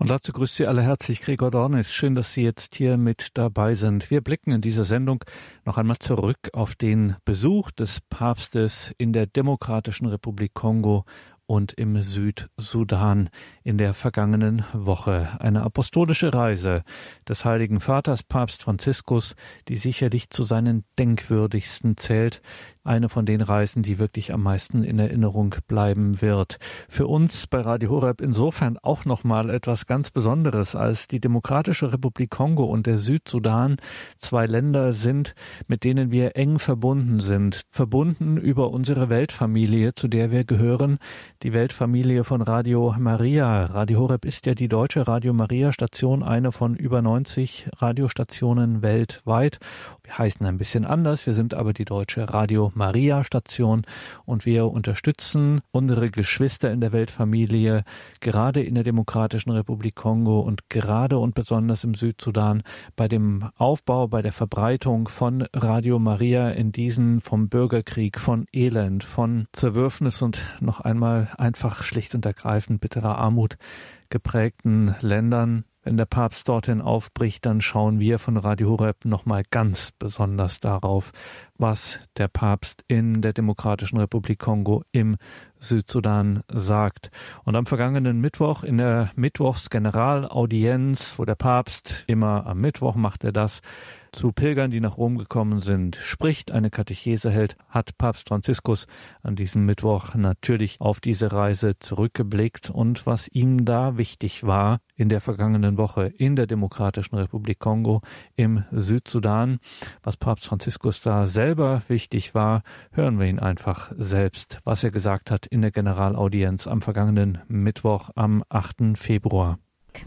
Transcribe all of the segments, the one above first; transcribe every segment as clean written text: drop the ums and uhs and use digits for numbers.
Und dazu grüßt Sie alle herzlich Gregor Dornis. Schön, dass Sie jetzt hier mit dabei sind. Wir blicken in dieser Sendung noch einmal zurück auf den Besuch des Papstes in der Demokratischen Republik Kongo und im Südsudan in der vergangenen Woche. Eine apostolische Reise des Heiligen Vaters, Papst Franziskus, die sicherlich zu seinen denkwürdigsten zählt. Eine von den Reisen, die wirklich am meisten in Erinnerung bleiben wird. Für uns bei Radio Horeb insofern auch nochmal etwas ganz Besonderes, als die Demokratische Republik Kongo und der Südsudan zwei Länder sind, mit denen wir eng verbunden sind. Verbunden über unsere Weltfamilie, zu der wir gehören, die Weltfamilie von Radio Maria. Radio Horeb ist ja die deutsche Radio Maria Station, eine von über 90 Radiostationen weltweit. Wir heißen ein bisschen anders, wir sind aber die deutsche Radio Maria Station und wir unterstützen unsere Geschwister in der Weltfamilie, gerade in der Demokratischen Republik Kongo und gerade und besonders im Südsudan bei dem Aufbau, bei der Verbreitung von Radio Maria in diesen vom Bürgerkrieg, von Elend, von Zerwürfnis und noch einmal einfach schlicht und ergreifend bitterer Armut geprägten Ländern. Wenn der Papst dorthin aufbricht, dann schauen wir von Radio Horeb nochmal ganz besonders darauf, was der Papst in der Demokratischen Republik Kongo im Südsudan sagt. Und am vergangenen Mittwoch in der Mittwochsgeneralaudienz, wo der Papst immer am Mittwoch macht er das, zu Pilgern, die nach Rom gekommen sind, spricht, eine Katechese hält, hat Papst Franziskus an diesem Mittwoch natürlich auf diese Reise zurückgeblickt und was ihm da wichtig war in der vergangenen Woche in der Demokratischen Republik Kongo im Südsudan. Was Papst Franziskus da selber wichtig war, hören wir ihn einfach selbst, was er gesagt hat in der Generalaudienz am vergangenen Mittwoch am 8. Februar.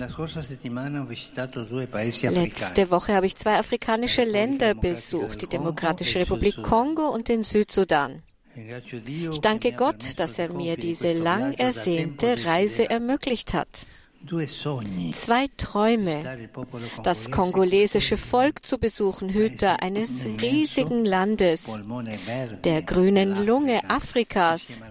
Letzte Woche habe ich zwei afrikanische Länder besucht, die Demokratische Republik Kongo und den Südsudan. Ich danke Gott, dass er mir diese lang ersehnte Reise ermöglicht hat. Zwei Träume, das kongolesische Volk zu besuchen, Hüter eines riesigen Landes, der grünen Lunge Afrikas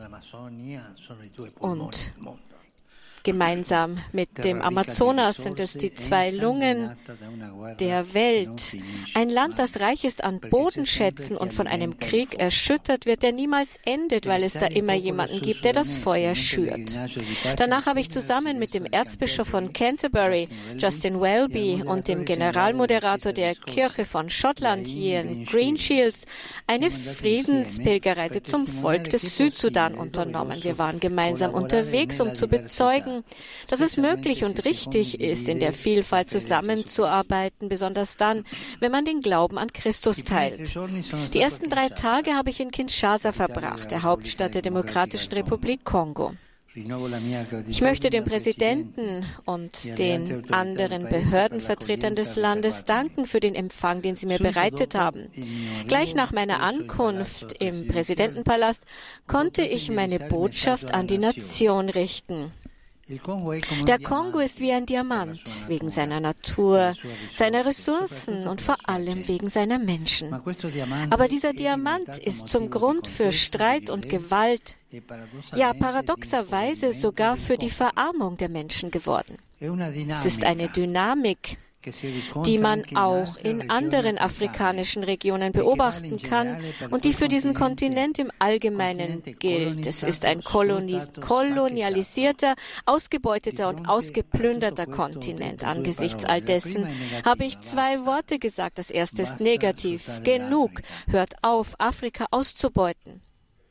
und gemeinsam mit dem Amazonas sind es die zwei Lungen der Welt. Ein Land, das reich ist an Bodenschätzen und von einem Krieg erschüttert wird, der niemals endet, weil es da immer jemanden gibt, der das Feuer schürt. Danach habe ich zusammen mit dem Erzbischof von Canterbury, Justin Welby, und dem Generalmoderator der Kirche von Schottland, Ian Greenshields, eine Friedenspilgerreise zum Volk des Südsudan unternommen. Wir waren gemeinsam unterwegs, um zu bezeugen, dass es möglich und richtig ist, in der Vielfalt zusammenzuarbeiten, besonders dann, wenn man den Glauben an Christus teilt. Die ersten 3 Tage habe ich in Kinshasa verbracht, der Hauptstadt der Demokratischen Republik Kongo. Ich möchte dem Präsidenten und den anderen Behördenvertretern des Landes danken für den Empfang, den sie mir bereitet haben. Gleich nach meiner Ankunft im Präsidentenpalast konnte ich meine Botschaft an die Nation richten. Der Kongo ist wie ein Diamant, wegen seiner Natur, seiner Ressourcen und vor allem wegen seiner Menschen. Aber dieser Diamant ist zum Grund für Streit und Gewalt, ja paradoxerweise sogar für die Verarmung der Menschen geworden. Es ist eine Dynamik, die man auch in anderen afrikanischen Regionen beobachten kann und die für diesen Kontinent im Allgemeinen gilt. Es ist ein kolonialisierter, ausgebeuteter und ausgeplünderter Kontinent. Angesichts all dessen habe ich 2 Worte gesagt. Das erste ist negativ. Genug. Hört auf, Afrika auszubeuten.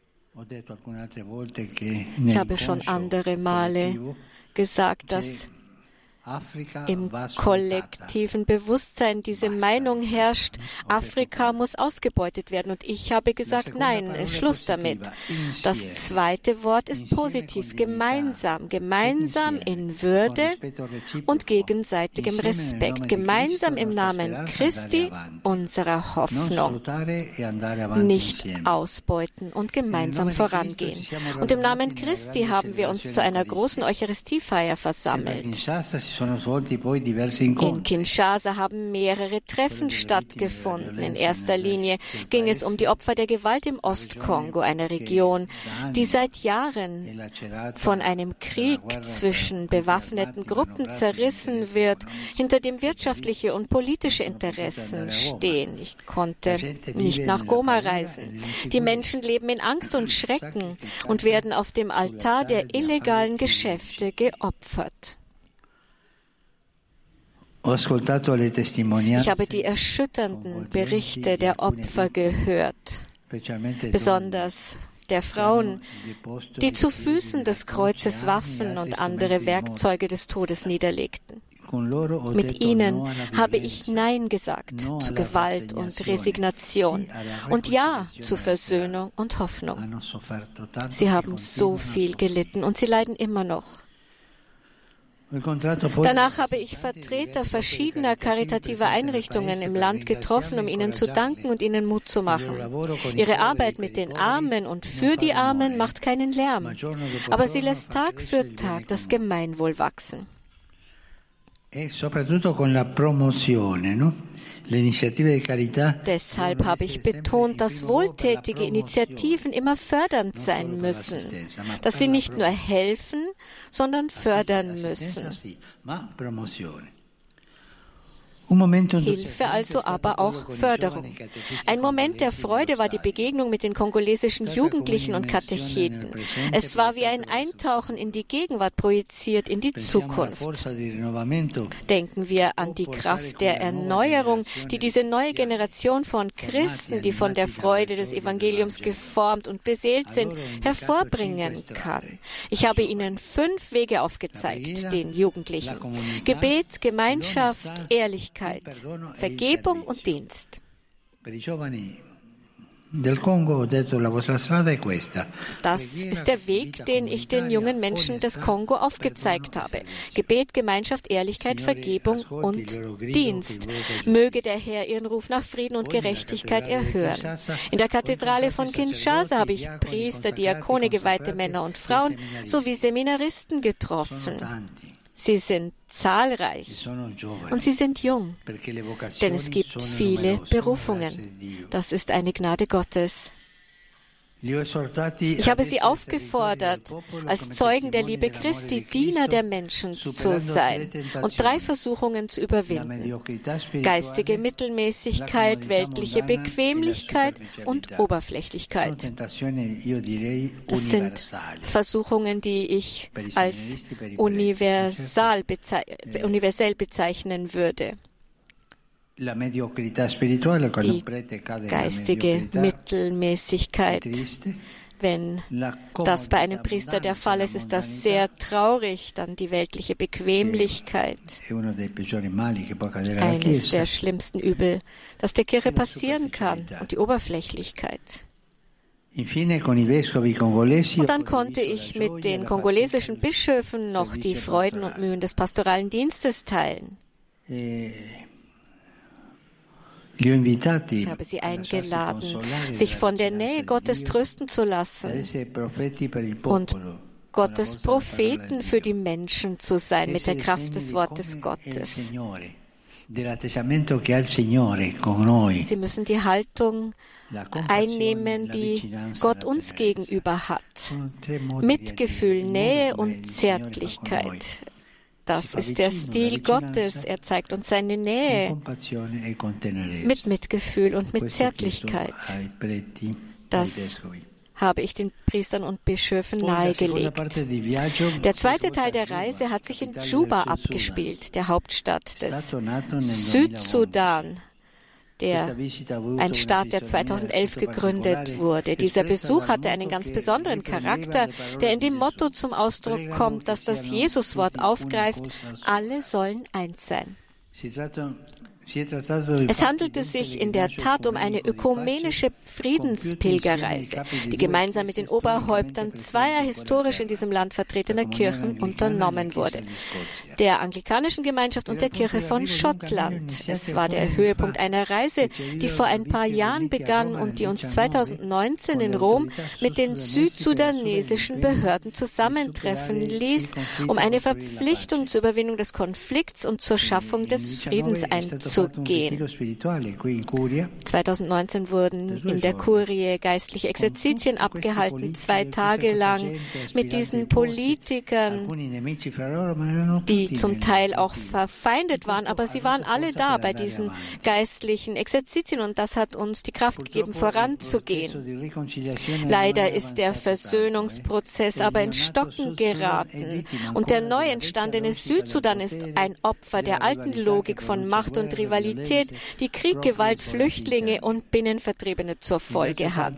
Ich habe schon andere Male gesagt, dass im kollektiven Bewusstsein diese Meinung herrscht, Afrika muss ausgebeutet werden. Und ich habe gesagt, nein, Schluss damit. Das zweite Wort ist positiv, gemeinsam. Gemeinsam in Würde und gegenseitigem Respekt. Gemeinsam im Namen Christi, unserer Hoffnung. Nicht ausbeuten und gemeinsam vorangehen. Und im Namen Christi haben wir uns zu einer großen Eucharistiefeier versammelt. In Kinshasa haben mehrere Treffen stattgefunden. In erster Linie ging es um die Opfer der Gewalt im Ostkongo, einer Region, die seit Jahren von einem Krieg zwischen bewaffneten Gruppen zerrissen wird, hinter dem wirtschaftliche und politische Interessen stehen. Ich konnte nicht nach Goma reisen. Die Menschen leben in Angst und Schrecken und werden auf dem Altar der illegalen Geschäfte geopfert. Ich habe die erschütternden Berichte der Opfer gehört, besonders der Frauen, die zu Füßen des Kreuzes Waffen und andere Werkzeuge des Todes niederlegten. Mit ihnen habe ich Nein gesagt zu Gewalt und Resignation und Ja zu Versöhnung und Hoffnung. Sie haben so viel gelitten und sie leiden immer noch. Danach habe ich Vertreter verschiedener karitativer Einrichtungen im Land getroffen, um ihnen zu danken und ihnen Mut zu machen. Ihre Arbeit mit den Armen und für die Armen macht keinen Lärm, aber sie lässt Tag für Tag das Gemeinwohl wachsen. Deshalb habe ich betont, dass wohltätige Initiativen immer fördernd sein müssen, dass sie nicht nur helfen, sondern fördern müssen. Hilfe also, aber auch Förderung. Ein Moment der Freude war die Begegnung mit den kongolesischen Jugendlichen und Katecheten. Es war wie ein Eintauchen in die Gegenwart projiziert, in die Zukunft. Denken wir an die Kraft der Erneuerung, die diese neue Generation von Christen, die von der Freude des Evangeliums geformt und beseelt sind, hervorbringen kann. Ich habe ihnen 5 Wege aufgezeigt, den Jugendlichen. Gebet, Gemeinschaft, Ehrlichkeit, Vergebung und Dienst. Das ist der Weg, den ich den jungen Menschen des Kongo aufgezeigt habe. Gebet, Gemeinschaft, Ehrlichkeit, Vergebung und Dienst. Möge der Herr ihren Ruf nach Frieden und Gerechtigkeit erhören. In der Kathedrale von Kinshasa habe ich Priester, Diakone, geweihte Männer und Frauen sowie Seminaristen getroffen. Sie sind zahlreich und sie sind jung, denn es gibt viele Berufungen. Das ist eine Gnade Gottes. Ich habe sie aufgefordert, als Zeugen der Liebe Christi Diener der Menschen zu sein und 3 Versuchungen zu überwinden: geistige Mittelmäßigkeit, weltliche Bequemlichkeit und Oberflächlichkeit. Das sind Versuchungen, die ich als universell bezeichnen würde. Die geistige Mittelmäßigkeit. Wenn das bei einem Priester der Fall ist, ist das sehr traurig. Dann die weltliche Bequemlichkeit. Eines der schlimmsten Übel, das der Kirche passieren kann. Und die Oberflächlichkeit. Und dann konnte ich mit den kongolesischen Bischöfen noch die Freuden und Mühen des pastoralen Dienstes teilen. Ich habe sie eingeladen, sich von der Nähe Gottes trösten zu lassen und Gottes Propheten für die Menschen zu sein mit der Kraft des Wortes Gottes. Sie müssen die Haltung einnehmen, die Gott uns gegenüber hat. Mitgefühl, Nähe und Zärtlichkeit. Das ist der Stil Gottes. Er zeigt uns seine Nähe mit Mitgefühl und mit Zärtlichkeit. Das habe ich den Priestern und Bischöfen nahegelegt. Der zweite Teil der Reise hat sich in Juba abgespielt, der Hauptstadt des Südsudan, ein Staat, der 2011 gegründet wurde. Dieser Besuch hatte einen ganz besonderen Charakter, der in dem Motto zum Ausdruck kommt, dass das Jesuswort aufgreift: Alle sollen eins sein. Es handelte sich in der Tat um eine ökumenische Friedenspilgerreise, die gemeinsam mit den Oberhäuptern zweier historisch in diesem Land vertretener Kirchen unternommen wurde, der anglikanischen Gemeinschaft und der Kirche von Schottland. Es war der Höhepunkt einer Reise, die vor ein paar Jahren begann und die uns 2019 in Rom mit den südsudanesischen Behörden zusammentreffen ließ, um eine Verpflichtung zur Überwindung des Konflikts und zur Schaffung des Friedens einzugehen. 2019 wurden in der Kurie geistliche Exerzitien abgehalten, 2 Tage lang mit diesen Politikern, die zum Teil auch verfeindet waren, aber sie waren alle da bei diesen geistlichen Exerzitien und das hat uns die Kraft gegeben, voranzugehen. Leider ist der Versöhnungsprozess aber ins Stocken geraten und der neu entstandene Südsudan ist ein Opfer der alten Logik von Macht und Rivalität, die Krieg, Gewalt, Flüchtlinge und Binnenvertriebene zur Folge hat.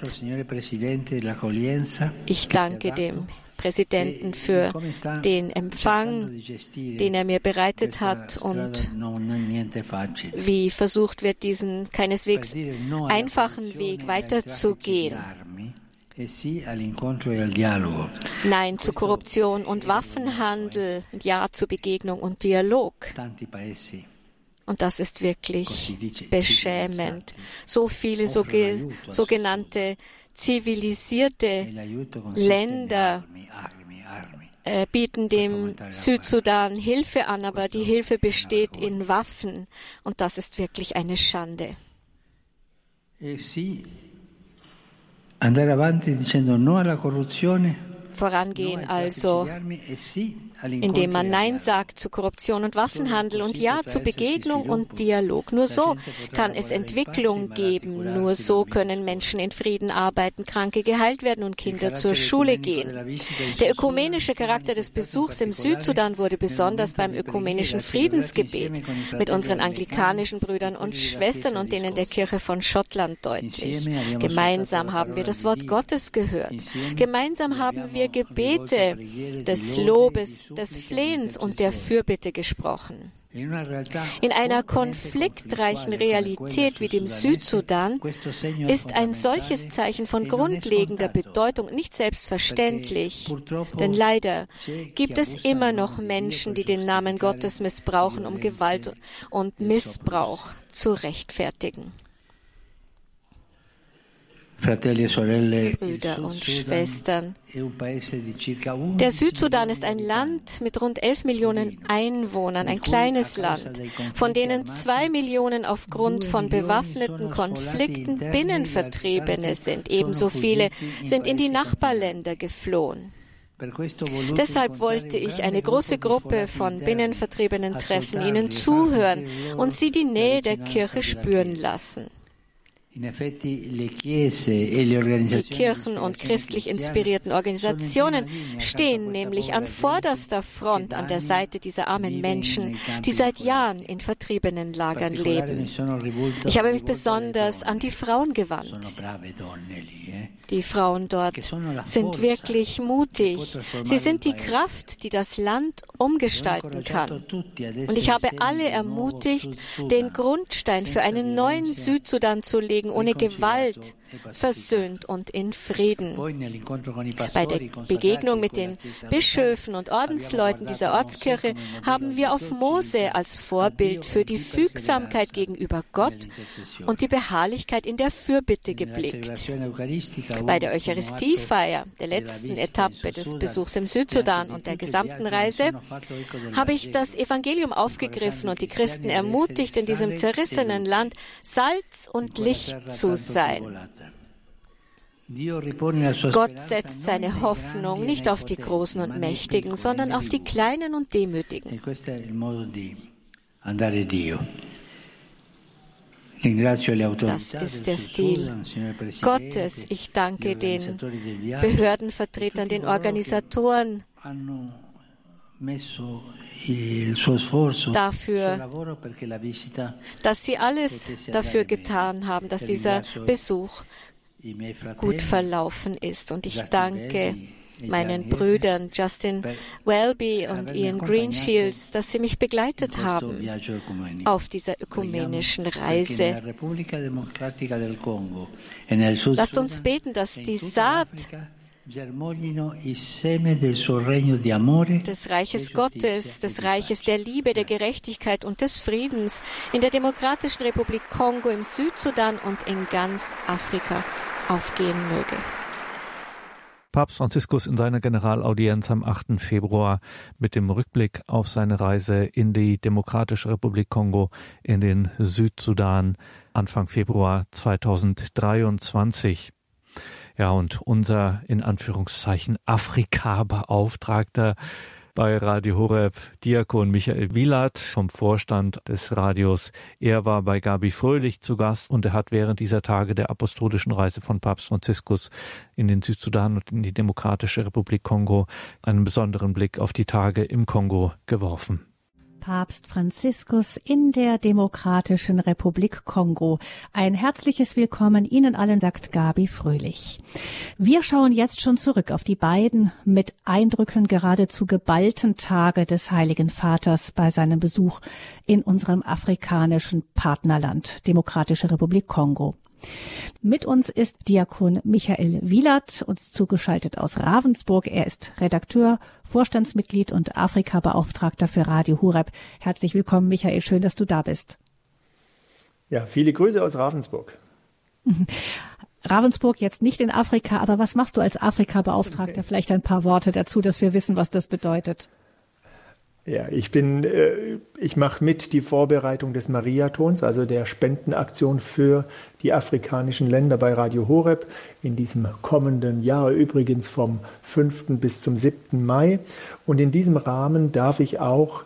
Ich danke dem Präsidenten für den Empfang, den er mir bereitet hat und wie versucht wird, diesen keineswegs einfachen Weg weiterzugehen. Nein zu Korruption und Waffenhandel, Ja zu Begegnung und Dialog. Und das ist wirklich beschämend. So viele sogenannte zivilisierte Länder bieten dem Südsudan Hilfe an, aber die Hilfe besteht in Waffen. Und das ist wirklich eine Schande. Vorangehen also, indem man Nein sagt zu Korruption und Waffenhandel und Ja zu Begegnung und Dialog. Nur so kann es Entwicklung geben. Nur so können Menschen in Frieden arbeiten, Kranke geheilt werden und Kinder zur Schule gehen. Der ökumenische Charakter des Besuchs im Südsudan wurde besonders beim ökumenischen Friedensgebet mit unseren anglikanischen Brüdern und Schwestern und denen der Kirche von Schottland deutlich. Gemeinsam haben wir das Wort Gottes gehört. Gemeinsam haben wir Gebete des Lobes, des Flehens und der Fürbitte gesprochen. In einer konfliktreichen Realität wie dem Südsudan ist ein solches Zeichen von grundlegender Bedeutung nicht selbstverständlich, denn leider gibt es immer noch Menschen, die den Namen Gottes missbrauchen, um Gewalt und Missbrauch zu rechtfertigen. Brüder und Schwestern, der Südsudan ist ein Land mit rund 11 Millionen Einwohnern, ein kleines Land, von denen 2 Millionen aufgrund von bewaffneten Konflikten Binnenvertriebene sind. Ebenso viele sind in die Nachbarländer geflohen. Deshalb wollte ich eine große Gruppe von Binnenvertriebenen treffen, ihnen zuhören und sie die Nähe der Kirche spüren lassen. Die Kirchen und christlich inspirierten Organisationen stehen nämlich an vorderster Front an der Seite dieser armen Menschen, die seit Jahren in vertriebenen Lagern leben. Ich habe mich besonders an die Frauen gewandt. Die Frauen dort sind wirklich mutig. Sie sind die Kraft, die das Land umgestalten kann. Und ich habe alle ermutigt, den Grundstein für einen neuen Südsudan zu legen, ohne Gewalt, versöhnt und in Frieden. Bei der Begegnung mit den Bischöfen und Ordensleuten dieser Ortskirche haben wir auf Mose als Vorbild für die Fügsamkeit gegenüber Gott und die Beharrlichkeit in der Fürbitte geblickt. Bei der Eucharistiefeier, der letzten Etappe des Besuchs im Südsudan und der gesamten Reise, habe ich das Evangelium aufgegriffen und die Christen ermutigt, in diesem zerrissenen Land Salz und Licht zu sein. Gott setzt seine Hoffnung nicht auf die Großen und Mächtigen, sondern auf die Kleinen und Demütigen. Das ist der Stil Gottes. Ich danke den Behördenvertretern, den Organisatoren dafür, dass sie alles dafür getan haben, dass dieser Besuch gut verlaufen ist. Und ich danke meinen Brüdern Justin Welby und Ian Greenshields, dass sie mich begleitet haben auf dieser ökumenischen Reise. Lasst uns beten, dass die Saat des Reiches Gottes, des Reiches der Liebe, der Gerechtigkeit und des Friedens in der Demokratischen Republik Kongo, im Südsudan und in ganz Afrika aufgehen möge. Papst Franziskus in seiner Generalaudienz am 8. Februar mit dem Rückblick auf seine Reise in die Demokratische Republik Kongo, in den Südsudan, Anfang Februar 2023. Ja, und unser, in Anführungszeichen, Afrika-Beauftragter bei Radio Horeb, Diakon Michael Wielert vom Vorstand des Radios. Er war bei Gabi Fröhlich zu Gast und er hat während dieser Tage der apostolischen Reise von Papst Franziskus in den Südsudan und in die Demokratische Republik Kongo einen besonderen Blick auf die Tage im Kongo geworfen. Papst Franziskus in der Demokratischen Republik Kongo. Ein herzliches Willkommen Ihnen allen, sagt Gabi Fröhlich. Wir schauen jetzt schon zurück auf die beiden mit Eindrücken geradezu geballten Tage des Heiligen Vaters bei seinem Besuch in unserem afrikanischen Partnerland, Demokratische Republik Kongo. Mit uns ist Diakon Michael Wielert, uns zugeschaltet aus Ravensburg. Er ist Redakteur, Vorstandsmitglied und Afrika-Beauftragter für Radio Horeb. Herzlich willkommen, Michael. Schön, dass du da bist. Ja, viele Grüße aus Ravensburg. Ravensburg jetzt nicht in Afrika, aber was machst du als Afrika-Beauftragter? Vielleicht ein paar Worte dazu, dass wir wissen, was das bedeutet. Ja, ich mache mit die Vorbereitung des Mariathons, also der Spendenaktion für die afrikanischen Länder bei Radio Horeb in diesem kommenden Jahr, übrigens vom 5. bis zum 7. Mai. Und in diesem Rahmen darf ich auch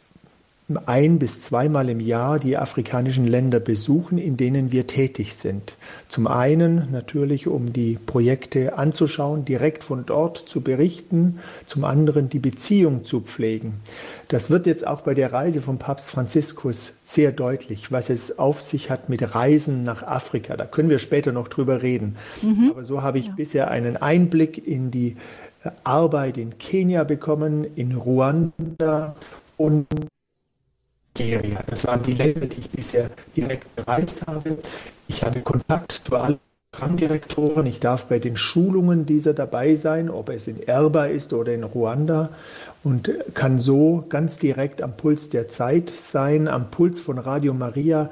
1- bis 2-mal im Jahr die afrikanischen Länder besuchen, in denen wir tätig sind. Zum einen natürlich, um die Projekte anzuschauen, direkt von dort zu berichten, zum anderen die Beziehung zu pflegen. Das wird jetzt auch bei der Reise von Papst Franziskus sehr deutlich, was es auf sich hat mit Reisen nach Afrika. Da können wir später noch drüber reden. Aber so habe ich bisher einen Einblick in die Arbeit in Kenia bekommen, in Ruanda und Nigeria. Das waren die Länder, die ich bisher direkt bereist habe. Ich habe Kontakt zu allen Programmdirektoren. Ich darf bei den Schulungen dieser dabei sein, ob es in Erba ist oder in Ruanda, und kann so ganz direkt am Puls der Zeit sein, am Puls von Radio Maria,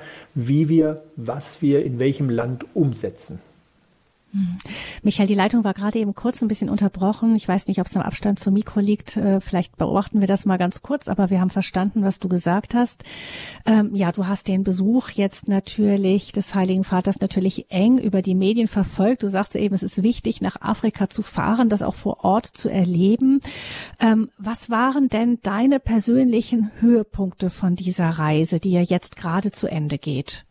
was wir in welchem Land umsetzen. Michael, die Leitung war gerade eben kurz ein bisschen unterbrochen. Ich weiß nicht, ob es am Abstand zum Mikro liegt. Vielleicht beobachten wir das mal ganz kurz, aber wir haben verstanden, was du gesagt hast. Ja, du hast den Besuch jetzt natürlich des Heiligen Vaters natürlich eng über die Medien verfolgt. Du sagst eben, es ist wichtig, nach Afrika zu fahren, das auch vor Ort zu erleben. Was waren denn deine persönlichen Höhepunkte von dieser Reise, die ja jetzt gerade zu Ende geht?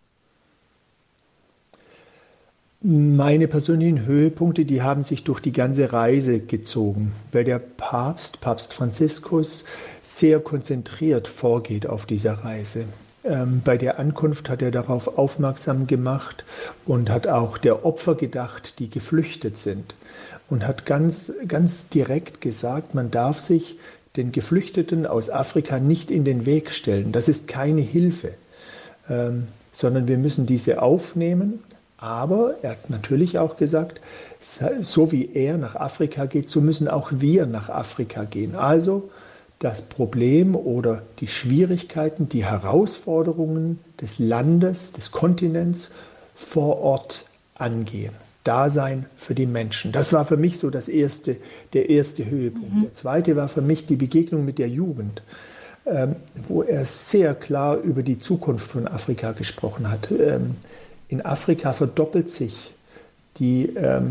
Meine persönlichen Höhepunkte, die haben sich durch die ganze Reise gezogen, weil der Papst Franziskus, sehr konzentriert vorgeht auf dieser Reise. Bei der Ankunft hat er darauf aufmerksam gemacht und hat auch der Opfer gedacht, die geflüchtet sind. Und hat ganz, ganz direkt gesagt, man darf sich den Geflüchteten aus Afrika nicht in den Weg stellen. Das ist keine Hilfe, sondern wir müssen diese aufnehmen. Aber er hat natürlich auch gesagt, so wie er nach Afrika geht, so müssen auch wir nach Afrika gehen. Also das Problem oder die Schwierigkeiten, die Herausforderungen des Landes, des Kontinents vor Ort angehen. Dasein für die Menschen. Das war für mich so der erste Höhepunkt. Der zweite war für mich die Begegnung mit der Jugend, wo er sehr klar über die Zukunft von Afrika gesprochen hat. In Afrika verdoppelt sich die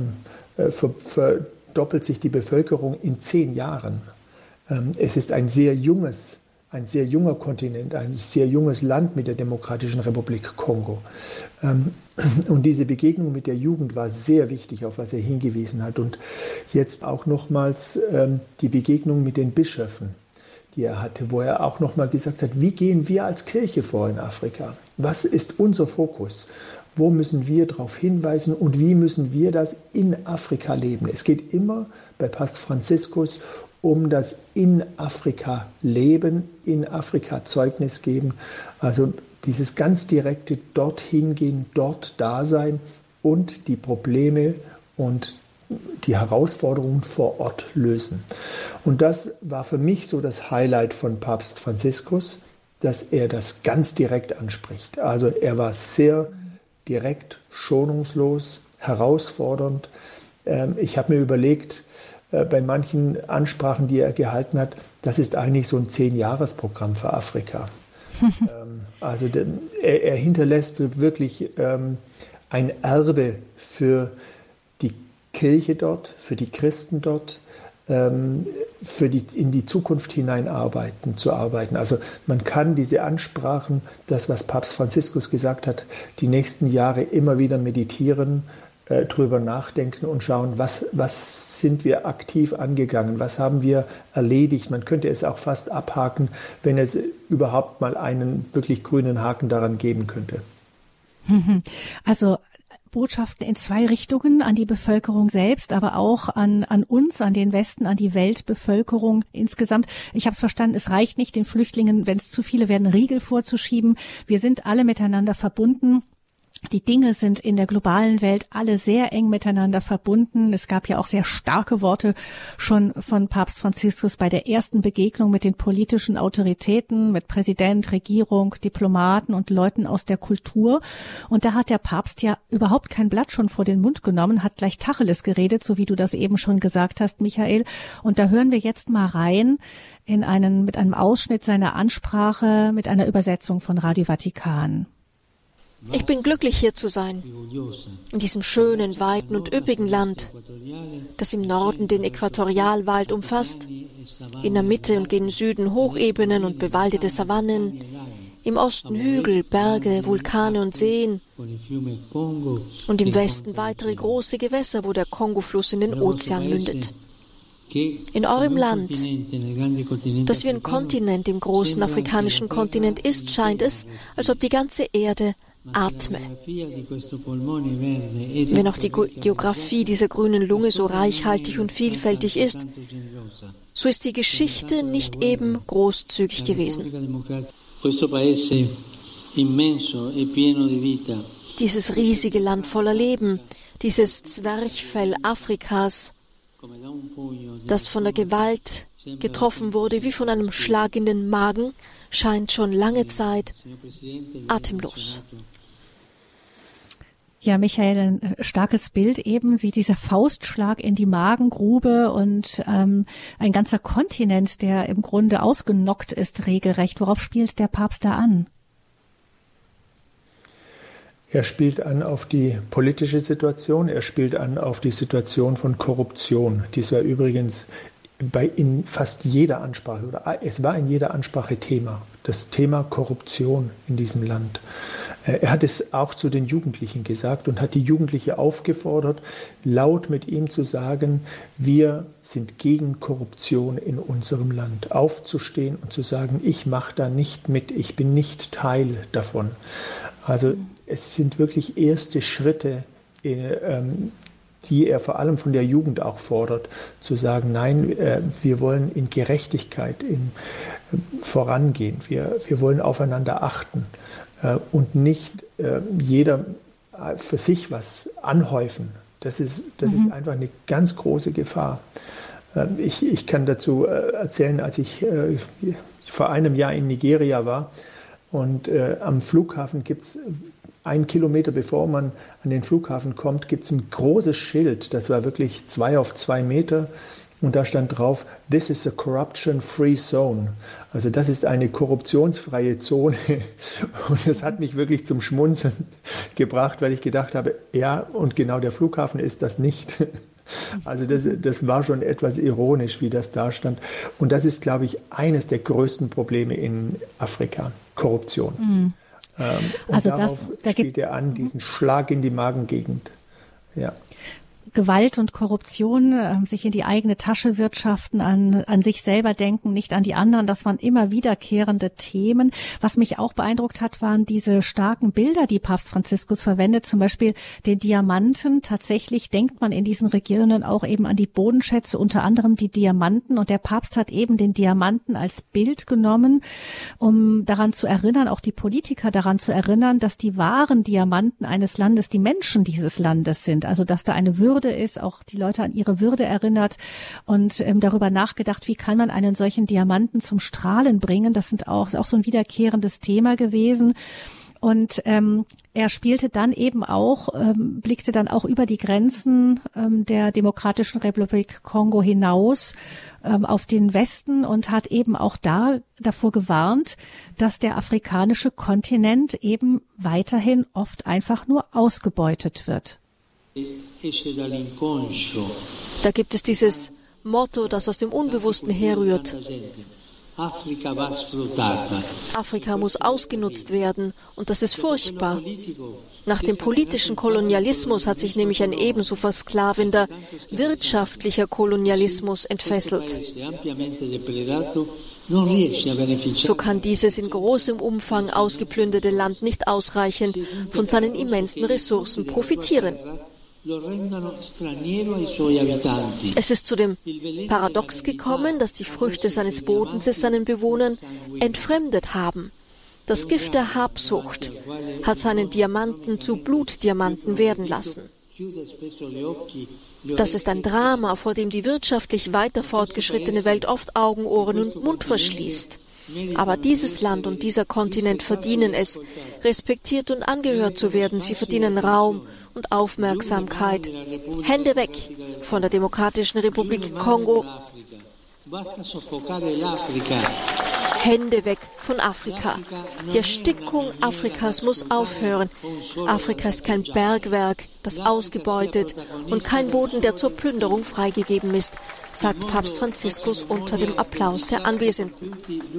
Bevölkerung in 10 Jahren. Es ist ein sehr junger Kontinent, ein sehr junges Land mit der Demokratischen Republik Kongo. Und diese Begegnung mit der Jugend war sehr wichtig, auf was er hingewiesen hat. Und jetzt auch nochmals die Begegnung mit den Bischöfen, die er hatte, wo er auch nochmal gesagt hat, wie gehen wir als Kirche vor in Afrika? Was ist unser Fokus? wo müssen wir darauf hinweisen und wie müssen wir das in Afrika leben. Es geht immer bei Papst Franziskus um das in Afrika leben, in Afrika Zeugnis geben, also dieses ganz direkte dorthin gehen, dort da sein und die Probleme und die Herausforderungen vor Ort lösen. Und das war für mich so das Highlight von Papst Franziskus, dass er das ganz direkt anspricht. Also er war sehr direkt, schonungslos, herausfordernd. Ich habe mir überlegt, bei manchen Ansprachen, die er gehalten hat, das ist eigentlich so ein 10-Jahres-Programm für Afrika. Also er hinterlässt wirklich ein Erbe für die Kirche dort, für die Christen dort, in die Zukunft hinein zu arbeiten. Also man kann diese Ansprachen, das, was Papst Franziskus gesagt hat, die nächsten Jahre immer wieder meditieren, drüber nachdenken und schauen, was sind wir aktiv angegangen, was haben wir erledigt. Man könnte es auch fast abhaken, wenn es überhaupt mal einen wirklich grünen Haken daran geben könnte. Also Botschaften in 2 Richtungen, an die Bevölkerung selbst, aber auch an uns, an den Westen, an die Weltbevölkerung insgesamt. Ich habe es verstanden, es reicht nicht, den Flüchtlingen, wenn es zu viele werden, Riegel vorzuschieben. Wir sind alle miteinander verbunden. Die Dinge sind in der globalen Welt alle sehr eng miteinander verbunden. Es gab ja auch sehr starke Worte schon von Papst Franziskus bei der ersten Begegnung mit den politischen Autoritäten, mit Präsident, Regierung, Diplomaten und Leuten aus der Kultur. Und da hat der Papst ja überhaupt kein Blatt schon vor den Mund genommen, hat gleich Tacheles geredet, so wie du das eben schon gesagt hast, Michael. Und da hören wir jetzt mal rein mit einem Ausschnitt seiner Ansprache, mit einer Übersetzung von Radio Vatikan. Ich bin glücklich, hier zu sein, in diesem schönen, weiten und üppigen Land, das im Norden den Äquatorialwald umfasst, in der Mitte und gen Süden Hochebenen und bewaldete Savannen, im Osten Hügel, Berge, Vulkane und Seen und im Westen weitere große Gewässer, wo der Kongofluss in den Ozean mündet. In eurem Land, das wie ein Kontinent im großen afrikanischen Kontinent ist, scheint es, als ob die ganze Erde atme. Wenn auch die Geografie dieser grünen Lunge so reichhaltig und vielfältig ist, so ist die Geschichte nicht eben großzügig gewesen. Dieses riesige Land voller Leben, dieses Zwerchfell Afrikas, das von der Gewalt getroffen wurde wie von einem Schlag in den Magen, scheint schon lange Zeit atemlos. Ja, Michael, ein starkes Bild eben, wie dieser Faustschlag in die Magengrube und ein ganzer Kontinent, der im Grunde ausgenockt ist, regelrecht. Worauf spielt der Papst da an? Er spielt an auf die politische Situation, er spielt an auf die Situation von Korruption. Dies war übrigens in fast jeder Ansprache, oder es war in jeder Ansprache Thema, das Thema Korruption in diesem Land. Er hat es auch zu den Jugendlichen gesagt und hat die Jugendlichen aufgefordert, laut mit ihm zu sagen, wir sind gegen Korruption in unserem Land. Aufzustehen und zu sagen, ich mache da nicht mit, ich bin nicht Teil davon. Also es sind wirklich erste Schritte, die er vor allem von der Jugend auch fordert, zu sagen, nein, wir wollen in Gerechtigkeit vorangehen, wir wollen aufeinander achten und nicht jeder für sich was anhäufen. Das ist einfach eine ganz große Gefahr. Ich kann dazu erzählen, als ich vor einem Jahr in Nigeria war und am Flughafen gibt es 1 Kilometer bevor man an den Flughafen kommt, gibt es ein großes Schild, das war wirklich 2 auf 2 Meter und da stand drauf, "This is a corruption-free zone." Also das ist eine korruptionsfreie Zone und das hat mich wirklich zum Schmunzeln gebracht, weil ich gedacht habe, ja, und genau der Flughafen ist das nicht. Also das war schon etwas ironisch, wie das da stand. Und das ist, glaube ich, eines der größten Probleme in Afrika, Korruption. Und also darauf spielt er an, diesen Schlag in die Magengegend. Ja. Gewalt und Korruption, sich in die eigene Tasche wirtschaften, an sich selber denken, nicht an die anderen. Das waren immer wiederkehrende Themen. Was mich auch beeindruckt hat, waren diese starken Bilder, die Papst Franziskus verwendet, zum Beispiel den Diamanten. Tatsächlich denkt man in diesen Regionen auch eben an die Bodenschätze, unter anderem die Diamanten. Und der Papst hat eben den Diamanten als Bild genommen, um daran zu erinnern, auch die Politiker daran zu erinnern, dass die wahren Diamanten eines Landes die Menschen dieses Landes sind. Also dass da eine Würde ist, auch die Leute an ihre Würde erinnert und darüber nachgedacht, wie kann man einen solchen Diamanten zum Strahlen bringen. Das ist auch so ein wiederkehrendes Thema gewesen. Und er spielte dann eben auch, blickte dann auch über die Grenzen der Demokratischen Republik Kongo hinaus auf den Westen und hat eben auch davor gewarnt, dass der afrikanische Kontinent eben weiterhin oft einfach nur ausgebeutet wird. Da gibt es dieses Motto, das aus dem Unbewussten herrührt. Afrika muss ausgenutzt werden und das ist furchtbar. Nach dem politischen Kolonialismus hat sich nämlich ein ebenso versklavender wirtschaftlicher Kolonialismus entfesselt. So kann dieses in großem Umfang ausgeplünderte Land nicht ausreichend von seinen immensen Ressourcen profitieren. Es ist zu dem Paradox gekommen, dass die Früchte seines Bodens es seinen Bewohnern entfremdet haben. Das Gift der Habsucht hat seinen Diamanten zu Blutdiamanten werden lassen. Das ist ein Drama, vor dem die wirtschaftlich weiter fortgeschrittene Welt oft Augen, Ohren und Mund verschließt. Aber dieses Land und dieser Kontinent verdienen es, respektiert und angehört zu werden. Sie verdienen Raum und Aufmerksamkeit. Hände weg von der Demokratischen Republik Kongo. Hände weg von Afrika. Die Erstickung Afrikas muss aufhören. Afrika ist kein Bergwerk, das ausgebeutet und kein Boden, der zur Plünderung freigegeben ist, sagt Papst Franziskus unter dem Applaus der Anwesenden.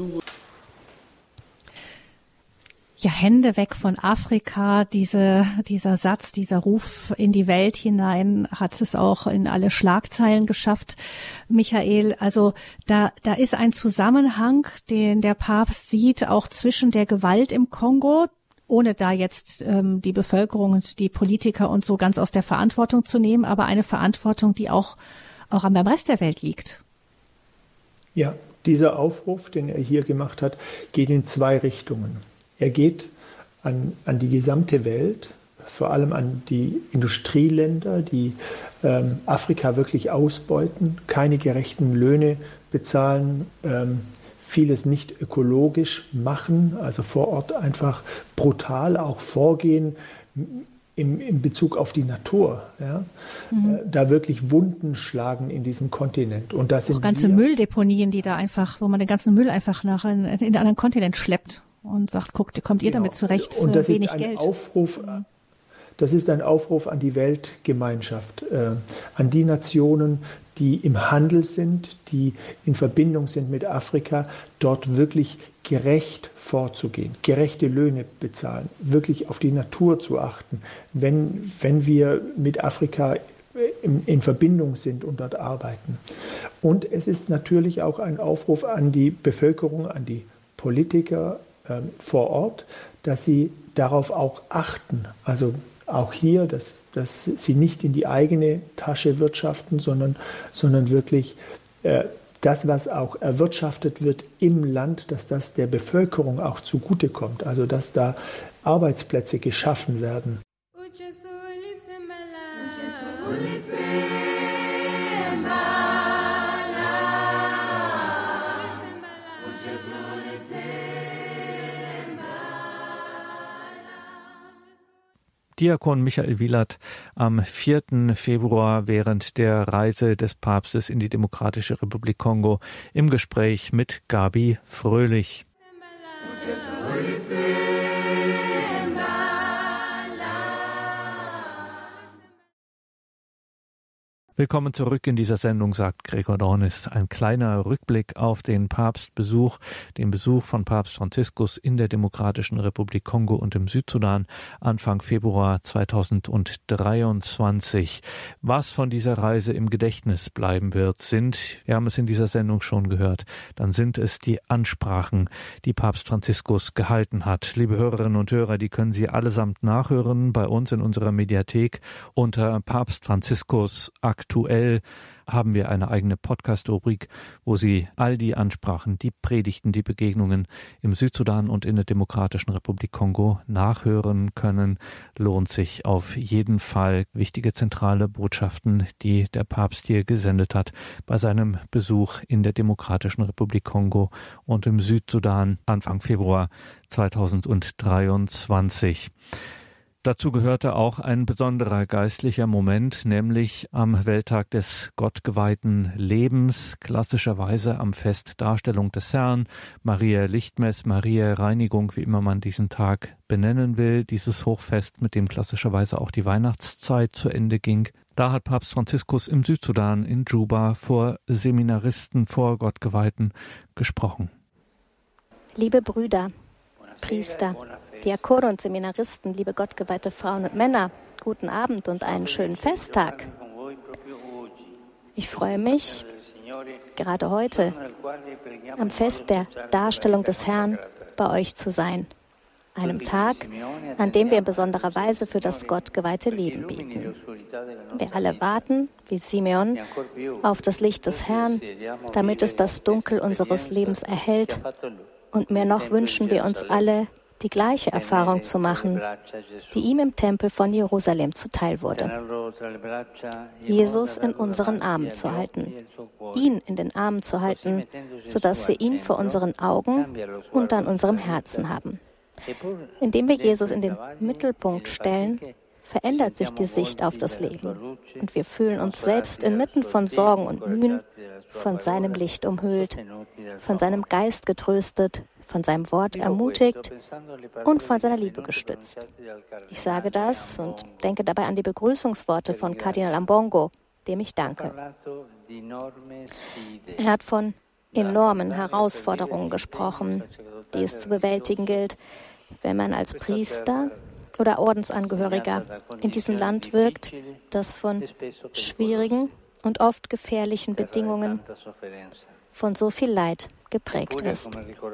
Ja, Hände weg von Afrika, dieser Satz, dieser Ruf in die Welt hinein hat es auch in alle Schlagzeilen geschafft, Michael. Also da ist ein Zusammenhang, den der Papst sieht, auch zwischen der Gewalt im Kongo, ohne da jetzt die Bevölkerung und die Politiker und so ganz aus der Verantwortung zu nehmen, aber eine Verantwortung, die auch am Rest der Welt liegt. Ja, dieser Aufruf, den er hier gemacht hat, geht in zwei Richtungen. Er geht an die gesamte Welt, vor allem an die Industrieländer, die Afrika wirklich ausbeuten, keine gerechten Löhne bezahlen, vieles nicht ökologisch machen, also vor Ort einfach brutal auch vorgehen in Bezug auf die Natur, ja? Da wirklich Wunden schlagen in diesem Kontinent. Und das sind auch ganze Mülldeponien, die da einfach, wo man den ganzen Müll einfach in einen anderen Kontinent schleppt und sagt, guckt, kommt ihr damit zurecht für wenig Geld? Das ist ein Aufruf an die Weltgemeinschaft, an die Nationen, die im Handel sind, die in Verbindung sind mit Afrika, dort wirklich gerecht vorzugehen, gerechte Löhne bezahlen, wirklich auf die Natur zu achten, wenn wir mit Afrika in Verbindung sind und dort arbeiten. Und es ist natürlich auch ein Aufruf an die Bevölkerung, an die Politiker vor Ort, dass sie darauf auch achten. Also auch hier, dass sie nicht in die eigene Tasche wirtschaften, sondern wirklich das, was auch erwirtschaftet wird im Land, dass das der Bevölkerung auch zugutekommt. Also dass da Arbeitsplätze geschaffen werden. Diakon Michael Wielert am 4. Februar während der Reise des Papstes in die Demokratische Republik Kongo im Gespräch mit Gabi Fröhlich. Willkommen zurück in dieser Sendung, sagt Gregor Dornis. Ein kleiner Rückblick auf den Papstbesuch, den Besuch von Papst Franziskus in der Demokratischen Republik Kongo und im Südsudan Anfang Februar 2023. Was von dieser Reise im Gedächtnis bleiben wird, wir haben es in dieser Sendung schon gehört, dann sind es die Ansprachen, die Papst Franziskus gehalten hat. Liebe Hörerinnen und Hörer, die können Sie allesamt nachhören bei uns in unserer Mediathek unter Papst Franziskus aktuell haben wir eine eigene Podcast-Rubrik, wo Sie all die Ansprachen, die Predigten, die Begegnungen im Südsudan und in der Demokratischen Republik Kongo nachhören können. Lohnt sich auf jeden Fall. Wichtige zentrale Botschaften, die der Papst hier gesendet hat bei seinem Besuch in der Demokratischen Republik Kongo und im Südsudan Anfang Februar 2023. Dazu gehörte auch ein besonderer geistlicher Moment, nämlich am Welttag des gottgeweihten Lebens, klassischerweise am Fest Darstellung des Herrn, Maria Lichtmess, Maria Reinigung, wie immer man diesen Tag benennen will, dieses Hochfest, mit dem klassischerweise auch die Weihnachtszeit zu Ende ging. Da hat Papst Franziskus im Südsudan in Juba vor Seminaristen, vor Gottgeweihten gesprochen. Liebe Brüder, Priester, Diakone und Seminaristen, liebe gottgeweihte Frauen und Männer, guten Abend und einen schönen Festtag. Ich freue mich, gerade heute am Fest der Darstellung des Herrn bei euch zu sein. Einem Tag, an dem wir in besonderer Weise für das gottgeweihte Leben beten. Wir alle warten, wie Simeon, auf das Licht des Herrn, damit es das Dunkel unseres Lebens erhellt. Und mehr noch wünschen wir uns alle, die gleiche Erfahrung zu machen, die ihm im Tempel von Jerusalem zuteil wurde. Jesus in unseren Armen zu halten, ihn in den Armen zu halten, sodass wir ihn vor unseren Augen und an unserem Herzen haben. Indem wir Jesus in den Mittelpunkt stellen, verändert sich die Sicht auf das Leben und wir fühlen uns selbst inmitten von Sorgen und Mühen von seinem Licht umhüllt, von seinem Geist getröstet, von seinem Wort ermutigt und von seiner Liebe gestützt. Ich sage das und denke dabei an die Begrüßungsworte von Kardinal Ambongo, dem ich danke. Er hat von enormen Herausforderungen gesprochen, die es zu bewältigen gilt, wenn man als Priester oder Ordensangehöriger in diesem Land wirkt, das von schwierigen und oft gefährlichen Bedingungen von so viel Leid geprägt ist.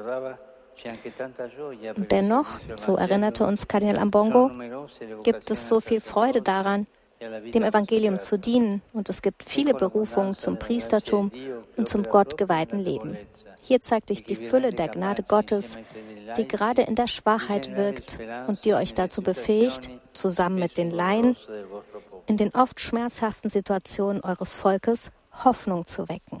Und dennoch, so erinnerte uns Kardinal Ambongo, gibt es so viel Freude daran, dem Evangelium zu dienen, und es gibt viele Berufungen zum Priestertum und zum gottgeweihten Leben. Hier zeigt sich die Fülle der Gnade Gottes, die gerade in der Schwachheit wirkt und die euch dazu befähigt, zusammen mit den Laien in den oft schmerzhaften Situationen eures Volkes Hoffnung zu wecken.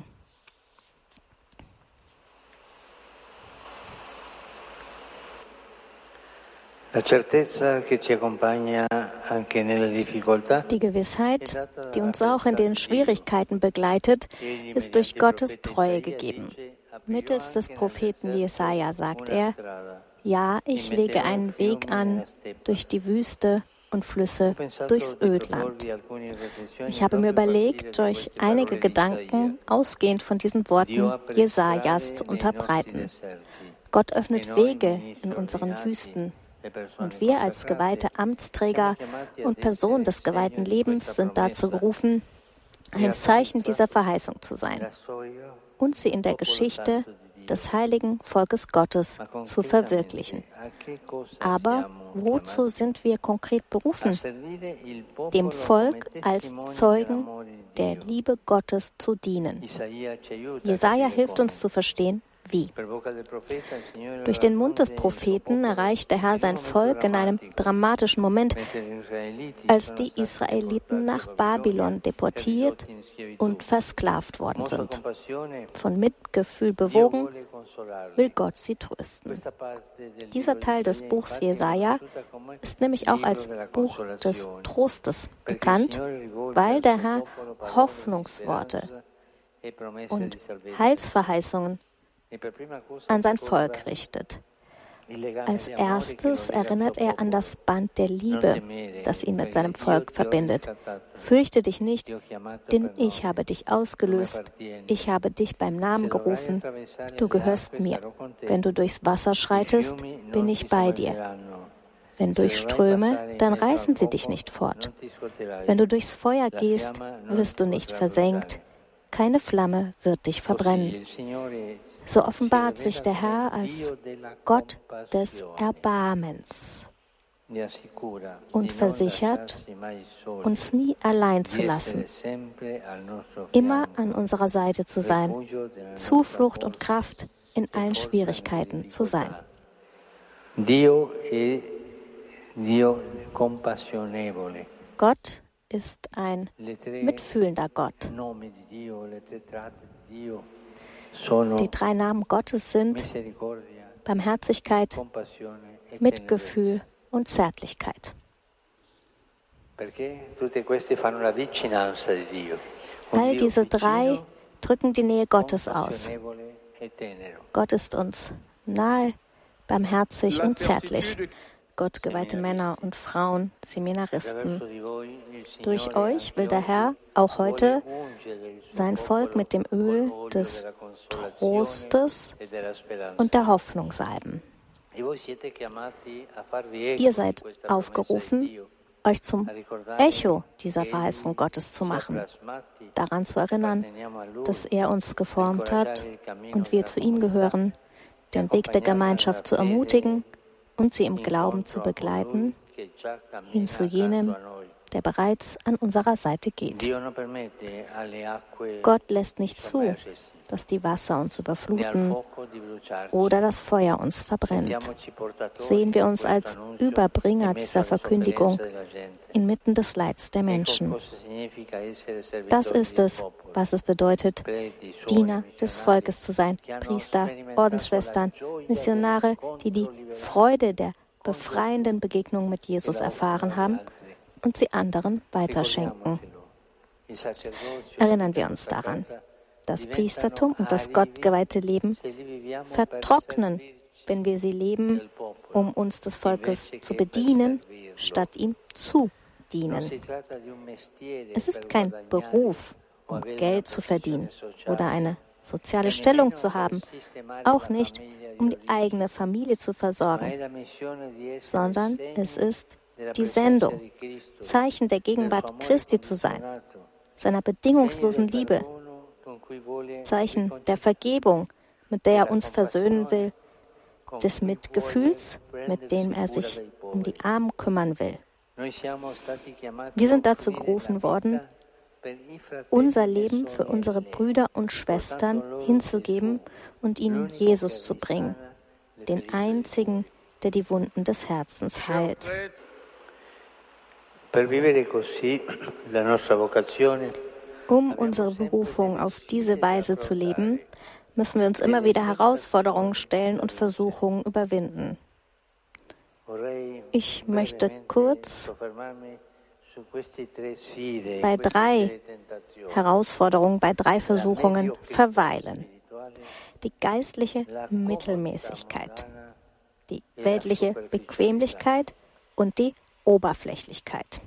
Die Gewissheit, die uns auch in den Schwierigkeiten begleitet, ist durch Gottes Treue gegeben. Mittels des Propheten Jesaja sagt er: Ja, ich lege einen Weg an durch die Wüste und Flüsse durchs Ödland. Ich habe mir überlegt, euch einige Gedanken ausgehend von diesen Worten Jesajas zu unterbreiten. Gott öffnet Wege in unseren Wüsten. Und wir als geweihte Amtsträger und Personen des geweihten Lebens sind dazu gerufen, ein Zeichen dieser Verheißung zu sein und sie in der Geschichte des heiligen Volkes Gottes zu verwirklichen. Aber wozu sind wir konkret berufen? Dem Volk als Zeugen der Liebe Gottes zu dienen. Jesaja hilft uns zu verstehen, wie. Durch den Mund des Propheten erreicht der Herr sein Volk in einem dramatischen Moment, als die Israeliten nach Babylon deportiert und versklavt worden sind. Von Mitgefühl bewogen, will Gott sie trösten. Dieser Teil des Buchs Jesaja ist nämlich auch als Buch des Trostes bekannt, weil der Herr Hoffnungsworte und Heilsverheißungen an sein Volk richtet. Als erstes erinnert er an das Band der Liebe, das ihn mit seinem Volk verbindet. Fürchte dich nicht, denn ich habe dich ausgelöst. Ich habe dich beim Namen gerufen. Du gehörst mir. Wenn du durchs Wasser schreitest, bin ich bei dir. Wenn durch Ströme, dann reißen sie dich nicht fort. Wenn du durchs Feuer gehst, wirst du nicht versenkt. Keine Flamme wird dich verbrennen. So offenbart sich der Herr als Gott des Erbarmens und versichert, uns nie allein zu lassen, immer an unserer Seite zu sein, Zuflucht und Kraft in allen Schwierigkeiten zu sein. Gott ist ein mitfühlender Gott. Die 3 Namen Gottes sind Barmherzigkeit, Mitgefühl und Zärtlichkeit. All diese 3 drücken die Nähe Gottes aus. Gott ist uns nahe, barmherzig und zärtlich. Gott geweihte Männer und Frauen, Seminaristen. Durch euch will der Herr auch heute sein Volk mit dem Öl des Trostes und der Hoffnung salben. Ihr seid aufgerufen, euch zum Echo dieser Verheißung Gottes zu machen, daran zu erinnern, dass er uns geformt hat und wir zu ihm gehören, den Weg der Gemeinschaft zu ermutigen und sie im Glauben zu begleiten, hin zu jenem, der bereits an unserer Seite geht. Gott lässt nicht zu, dass die Wasser uns überfluten oder das Feuer uns verbrennt. Sehen wir uns als Überbringer dieser Verkündigung inmitten des Leids der Menschen. Das ist es, was es bedeutet, Diener des Volkes zu sein, Priester, Ordensschwestern, Missionare, die die Freude der befreienden Begegnung mit Jesus erfahren haben und sie anderen weiterschenken. Erinnern wir uns daran. Das Priestertum und das gottgeweihte Leben vertrocknen, wenn wir sie leben, um uns des Volkes zu bedienen, statt ihm zu dienen. Es ist kein Beruf, um Geld zu verdienen oder eine soziale Stellung zu haben, auch nicht, um die eigene Familie zu versorgen, sondern es ist die Sendung, Zeichen der Gegenwart Christi zu sein, seiner bedingungslosen Liebe, Zeichen der Vergebung, mit der er uns versöhnen will, des Mitgefühls, mit dem er sich um die Armen kümmern will. Wir sind dazu gerufen worden, unser Leben für unsere Brüder und Schwestern hinzugeben und ihnen Jesus zu bringen, den einzigen, der die Wunden des Herzens heilt. Um unsere Berufung auf diese Weise zu leben, müssen wir uns immer wieder Herausforderungen stellen und Versuchungen überwinden. Ich möchte kurz bei 3 Herausforderungen, bei 3 Versuchungen verweilen. Die geistliche Mittelmäßigkeit, die weltliche Bequemlichkeit und die Oberflächlichkeit.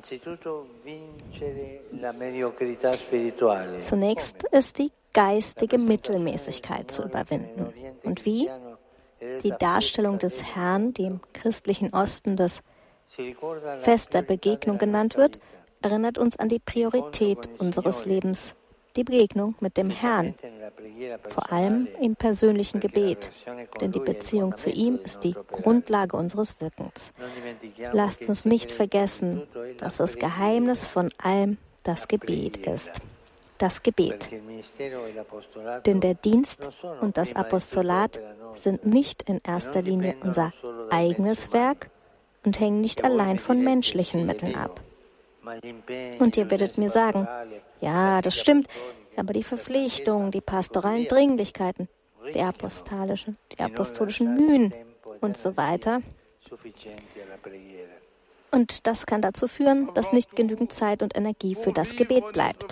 Zunächst ist die geistige Mittelmäßigkeit zu überwinden. Und wie? Die Darstellung des Herrn, die im christlichen Osten das Fest der Begegnung genannt wird, erinnert uns an die Priorität unseres Lebens, die Begegnung mit dem Herrn, vor allem im persönlichen Gebet, denn die Beziehung zu ihm ist die Grundlage unseres Wirkens. Lasst uns nicht vergessen, dass das Geheimnis von allem das Gebet ist. Das Gebet. Denn der Dienst und das Apostolat sind nicht in erster Linie unser eigenes Werk und hängen nicht allein von menschlichen Mitteln ab. Und ihr werdet mir sagen, ja, das stimmt, aber die Verpflichtungen, die pastoralen Dringlichkeiten, die apostolischen Mühen und so weiter. Und das kann dazu führen, dass nicht genügend Zeit und Energie für das Gebet bleibt.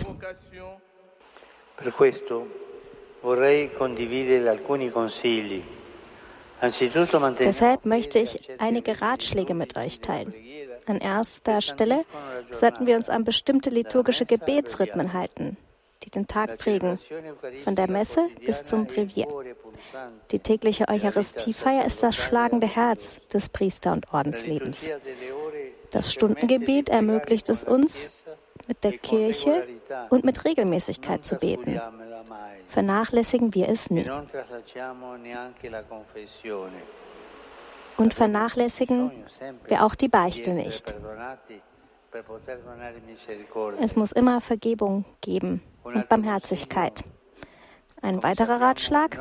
Deshalb möchte ich einige Ratschläge mit euch teilen. An erster Stelle sollten wir uns an bestimmte liturgische Gebetsrhythmen halten, die den Tag prägen, von der Messe bis zum Brevier. Die tägliche Eucharistiefeier ist das schlagende Herz des Priester- und Ordenslebens. Das Stundengebet ermöglicht es uns, mit der Kirche und mit Regelmäßigkeit zu beten. Vernachlässigen wir es nie. Und vernachlässigen wir auch die Beichte nicht. Es muss immer Vergebung geben und Barmherzigkeit. Ein weiterer Ratschlag: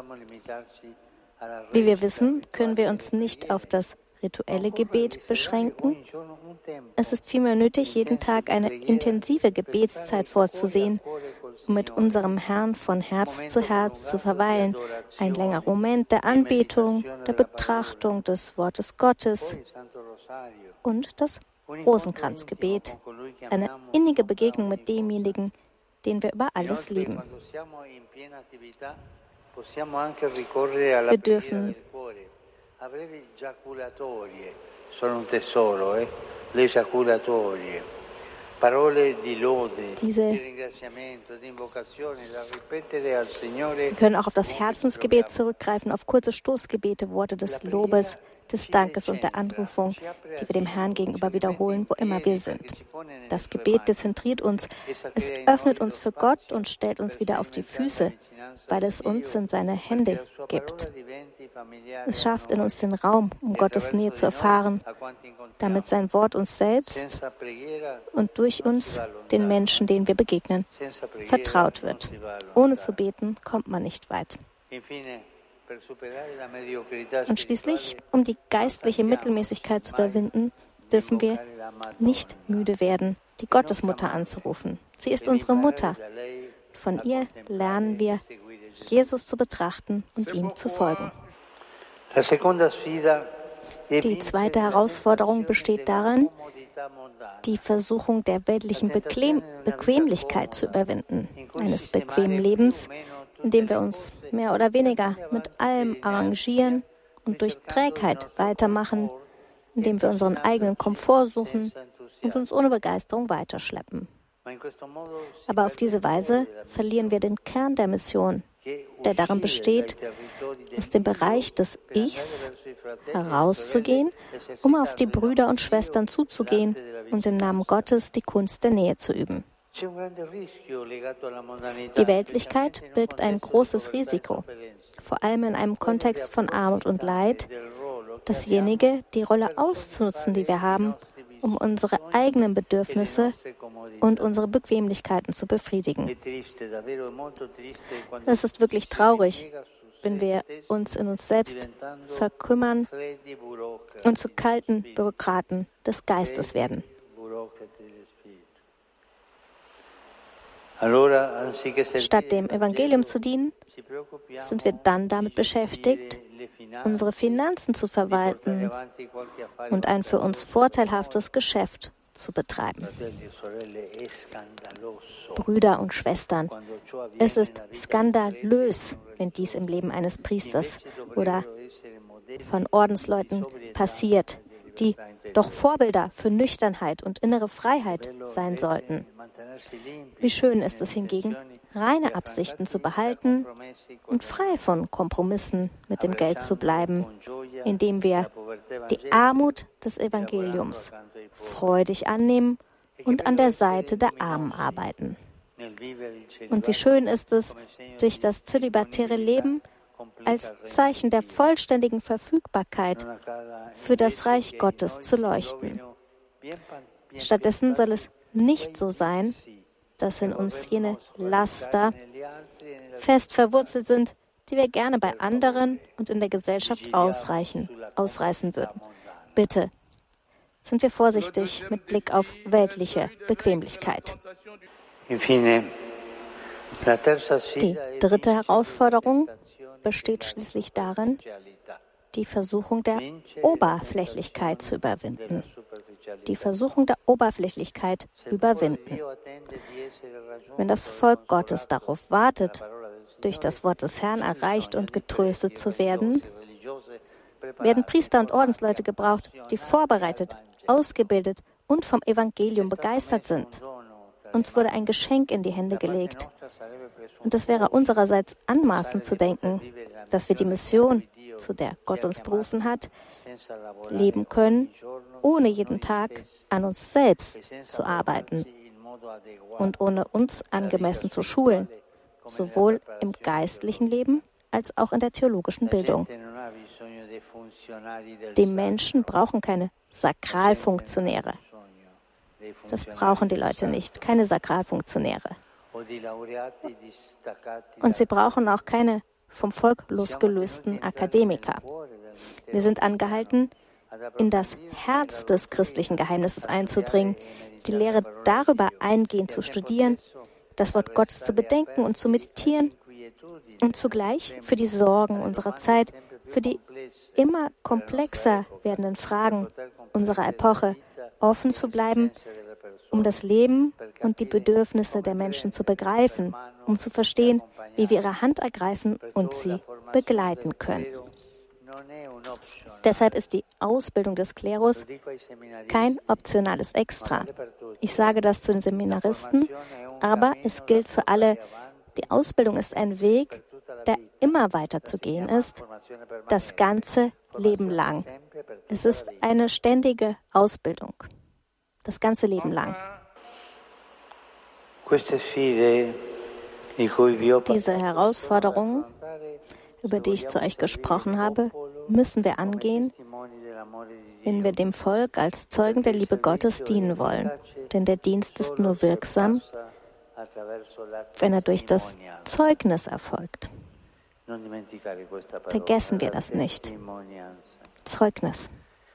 Wie wir wissen, können wir uns nicht auf das rituelle Gebet beschränken. Es ist vielmehr nötig, jeden Tag eine intensive Gebetszeit vorzusehen, um mit unserem Herrn von Herz zu verweilen. Ein längerer Moment der Anbetung, der Betrachtung des Wortes Gottes und das Rosenkranzgebet. Eine innige Begegnung mit demjenigen, den wir über alles lieben. Wir dürfen wir können auch auf das Herzensgebet zurückgreifen, auf kurze Stoßgebete, Worte des Lobes, des Dankes und der Anrufung, die wir dem Herrn gegenüber wiederholen, wo immer wir sind. Das Gebet dezentriert uns, es öffnet uns für Gott und stellt uns wieder auf die Füße, weil es uns in seine Hände gibt. Es schafft in uns den Raum, um Gottes Nähe zu erfahren, damit sein Wort uns selbst und durch uns den Menschen, denen wir begegnen, vertraut wird. Ohne zu beten kommt man nicht weit. Und schließlich, um die geistliche Mittelmäßigkeit zu überwinden, dürfen wir nicht müde werden, die Gottesmutter anzurufen. Sie ist unsere Mutter. Von ihr lernen wir, Jesus zu betrachten und ihm zu folgen. Die zweite Herausforderung besteht darin, die Versuchung der weltlichen Bequemlichkeit zu überwinden, eines bequemen Lebens, in dem wir uns mehr oder weniger mit allem arrangieren und durch Trägheit weitermachen, indem wir unseren eigenen Komfort suchen und uns ohne Begeisterung weiterschleppen. Aber auf diese Weise verlieren wir den Kern der Mission, der darin besteht, aus dem Bereich des Ichs herauszugehen, um auf die Brüder und Schwestern zuzugehen und im Namen Gottes die Kunst der Nähe zu üben. Die Weltlichkeit birgt ein großes Risiko, vor allem in einem Kontext von Armut und Leid, dasjenige, die Rolle auszunutzen, die wir haben, um unsere eigenen Bedürfnisse und unsere Bequemlichkeiten zu befriedigen. Es ist wirklich traurig, wenn wir uns in uns selbst verkümmern und zu kalten Bürokraten des Geistes werden. Statt dem Evangelium zu dienen, sind wir dann damit beschäftigt, unsere Finanzen zu verwalten und ein für uns vorteilhaftes Geschäft zu betreiben. Brüder und Schwestern, es ist skandalös, wenn dies im Leben eines Priesters oder von Ordensleuten passiert, die doch Vorbilder für Nüchternheit und innere Freiheit sein sollten. Wie schön ist es hingegen, reine Absichten zu behalten und frei von Kompromissen mit dem Geld zu bleiben, indem wir die Armut des Evangeliums freudig annehmen und an der Seite der Armen arbeiten. Und wie schön ist es, durch das zölibatäre Leben als Zeichen der vollständigen Verfügbarkeit für das Reich Gottes zu leuchten. Stattdessen soll es nicht so sein, dass in uns jene Laster fest verwurzelt sind, die wir gerne bei anderen und in der Gesellschaft ausreißen würden. Bitte, sind wir vorsichtig mit Blick auf weltliche Bequemlichkeit. Die dritte Herausforderung besteht schließlich darin, die Versuchung der Oberflächlichkeit zu überwinden. Die Versuchung der Oberflächlichkeit überwinden. Wenn das Volk Gottes darauf wartet, durch das Wort des Herrn erreicht und getröstet zu werden, werden Priester und Ordensleute gebraucht, die vorbereitet, ausgebildet und vom Evangelium begeistert sind. Uns wurde ein Geschenk in die Hände gelegt. Und es wäre unsererseits anmaßend zu denken, dass wir die Mission, zu der Gott uns berufen hat, leben können, ohne jeden Tag an uns selbst zu arbeiten und ohne uns angemessen zu schulen, sowohl im geistlichen Leben als auch in der theologischen Bildung. Die Menschen brauchen keine Sakralfunktionäre. Das brauchen die Leute nicht, keine Sakralfunktionäre. Und sie brauchen auch keine vom Volk losgelösten Akademiker. Wir sind angehalten, in das Herz des christlichen Geheimnisses einzudringen, die Lehre darüber eingehend zu studieren, das Wort Gottes zu bedenken und zu meditieren und zugleich für die Sorgen unserer Zeit, für die immer komplexer werdenden Fragen unserer Epoche offen zu bleiben, um das Leben und die Bedürfnisse der Menschen zu begreifen, um zu verstehen, wie wir ihre Hand ergreifen und sie begleiten können. Deshalb ist die Ausbildung des Klerus kein optionales Extra. Ich sage das zu den Seminaristen, aber es gilt für alle. Die Ausbildung ist ein Weg, der immer weiter zu gehen ist, das ganze Leben lang. Es ist eine ständige Ausbildung, das ganze Leben lang. Diese Herausforderungen, über die ich zu euch gesprochen habe, müssen wir angehen, wenn wir dem Volk als Zeugen der Liebe Gottes dienen wollen. Denn der Dienst ist nur wirksam, wenn er durch das Zeugnis erfolgt. Vergessen wir das nicht. Zeugnis.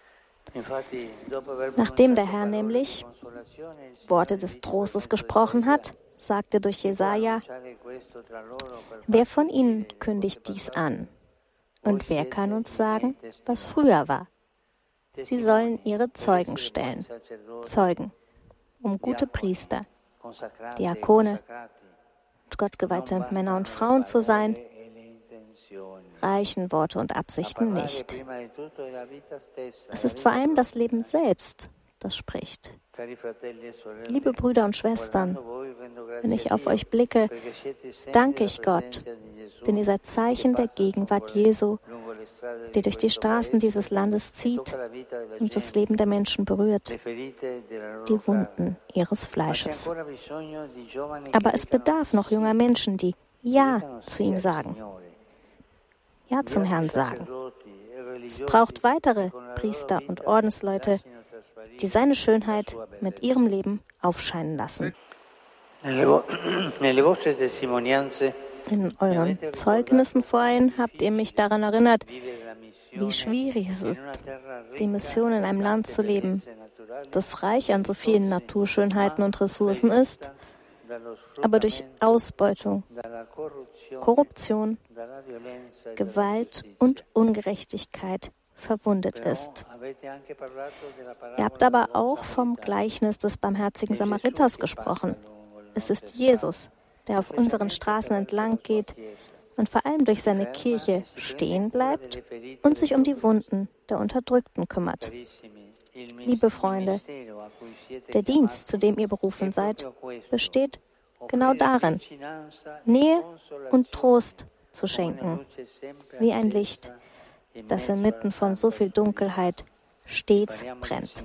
Nachdem der Herr nämlich Worte des Trostes gesprochen hat, sagt er durch Jesaja: Wer von ihnen kündigt dies an? Und wer kann uns sagen, was früher war? Sie sollen ihre Zeugen stellen. Zeugen, um gute Priester, Diakone und gottgeweihte Männer und Frauen zu sein, reichen Worte und Absichten nicht. Es ist vor allem das Leben selbst, das spricht. Liebe Brüder und Schwestern, wenn ich auf euch blicke, danke ich Gott, denn ihr seid Zeichen der Gegenwart Jesu, die durch die Straßen dieses Landes zieht und das Leben der Menschen berührt, die Wunden ihres Fleisches. Aber es bedarf noch junger Menschen, die Ja zu ihm sagen, Ja zum Herrn sagen. Es braucht weitere Priester und Ordensleute, die seine Schönheit mit ihrem Leben aufscheinen lassen. In euren Zeugnissen vorhin habt ihr mich daran erinnert, wie schwierig es ist, die Mission in einem Land zu leben, das reich an so vielen Naturschönheiten und Ressourcen ist, aber durch Ausbeutung, Korruption, Gewalt und Ungerechtigkeit verwundet ist. Ihr habt aber auch vom Gleichnis des barmherzigen Samariters gesprochen. Es ist Jesus, der auf unseren Straßen entlang geht und vor allem durch seine Kirche stehen bleibt und sich um die Wunden der Unterdrückten kümmert. Liebe Freunde, der Dienst, zu dem ihr berufen seid, besteht genau darin, Nähe und Trost zu schenken, wie ein Licht, das inmitten von so viel Dunkelheit stets brennt.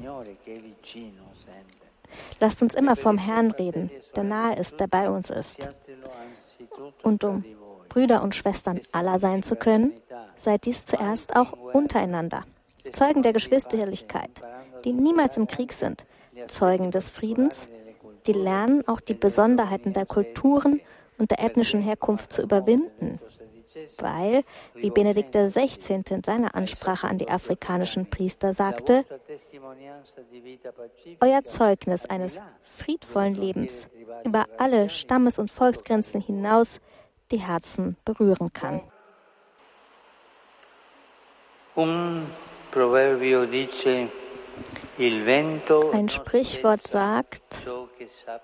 Lasst uns immer vom Herrn reden, der nahe ist, der bei uns ist. Und um Brüder und Schwestern aller sein zu können, seid dies zuerst auch untereinander. Zeugen der Geschwisterlichkeit, die niemals im Krieg sind. Zeugen des Friedens, die lernen, auch die Besonderheiten der Kulturen und der ethnischen Herkunft zu überwinden. Weil, wie Benedikt XVI. In seiner Ansprache an die afrikanischen Priester sagte, euer Zeugnis eines friedvollen Lebens über alle Stammes- und Volksgrenzen hinaus die Herzen berühren kann. Ein Sprichwort sagt,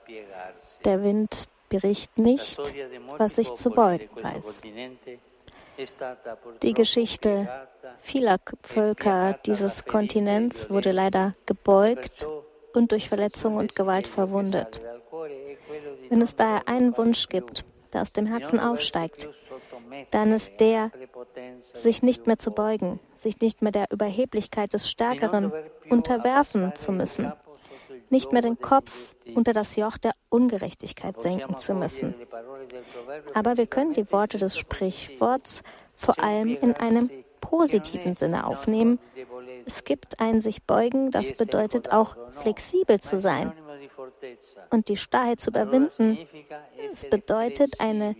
der Wind bricht nicht, was sich zu beugen weiß. Die Geschichte vieler Völker dieses Kontinents wurde leider gebeugt und durch Verletzung und Gewalt verwundet. Wenn es daher einen Wunsch gibt, der aus dem Herzen aufsteigt, dann ist der, sich nicht mehr zu beugen, sich nicht mehr der Überheblichkeit des Stärkeren unterwerfen zu müssen, nicht mehr den Kopf unter das Joch der Ungerechtigkeit senken zu müssen. Aber wir können die Worte des Sprichworts vor allem in einem positiven Sinne aufnehmen. Es gibt ein sich beugen, das bedeutet auch flexibel zu sein und die Starrheit zu überwinden. Es bedeutet eine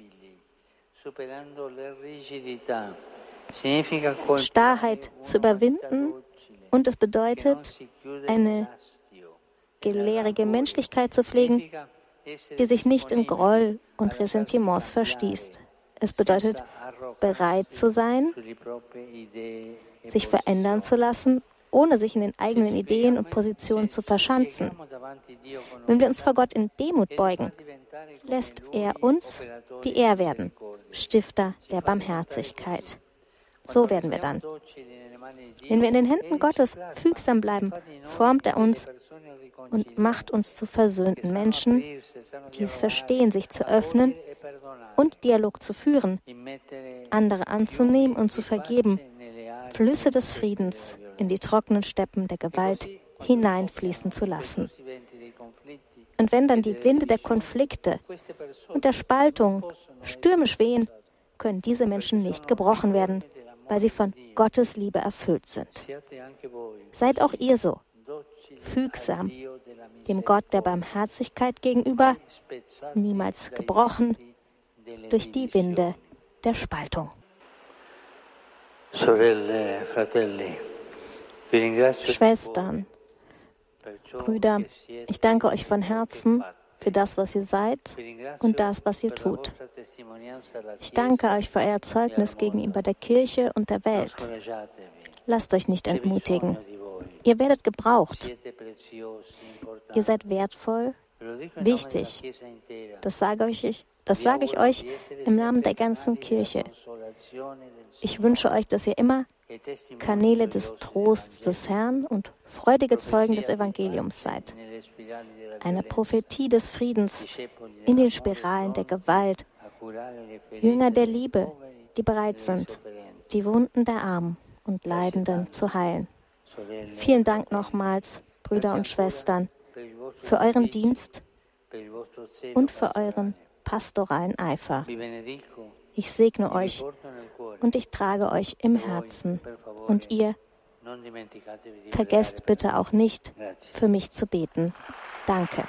Starrheit zu überwinden und es bedeutet eine gelehrige Menschlichkeit zu pflegen, die sich nicht in Groll und Ressentiments verstießt. Es bedeutet, bereit zu sein, sich verändern zu lassen, ohne sich in den eigenen Ideen und Positionen zu verschanzen. Wenn wir uns vor Gott in Demut beugen, lässt er uns wie er werden, Stifter der Barmherzigkeit. So werden wir dann. Wenn wir in den Händen Gottes fügsam bleiben, formt er uns und macht uns zu versöhnten Menschen, die es verstehen, sich zu öffnen und Dialog zu führen, andere anzunehmen und zu vergeben, Flüsse des Friedens in die trockenen Steppen der Gewalt hineinfließen zu lassen. Und wenn dann die Winde der Konflikte und der Spaltung stürmisch wehen, können diese Menschen nicht gebrochen werden, weil sie von Gottes Liebe erfüllt sind. Seid auch ihr so, fügsam, dem Gott der Barmherzigkeit gegenüber, niemals gebrochen durch die Winde der Spaltung. Schwestern, Brüder, ich danke euch von Herzen für das, was ihr seid und das, was ihr tut. Ich danke euch für euer Zeugnis gegenüber der Kirche und der Welt. Lasst euch nicht entmutigen. Ihr werdet gebraucht. Ihr seid wertvoll, wichtig. Das sage ich euch im Namen der ganzen Kirche. Ich wünsche euch, dass ihr immer Kanäle des Trosts des Herrn und freudige Zeugen des Evangeliums seid. Eine Prophetie des Friedens in den Spiralen der Gewalt. Jünger der Liebe, die bereit sind, die Wunden der Armen und Leidenden zu heilen. Vielen Dank nochmals, Brüder und Schwestern, für euren Dienst und für euren pastoralen Eifer. Ich segne euch und ich trage euch im Herzen. Und ihr vergesst bitte auch nicht, für mich zu beten. Danke.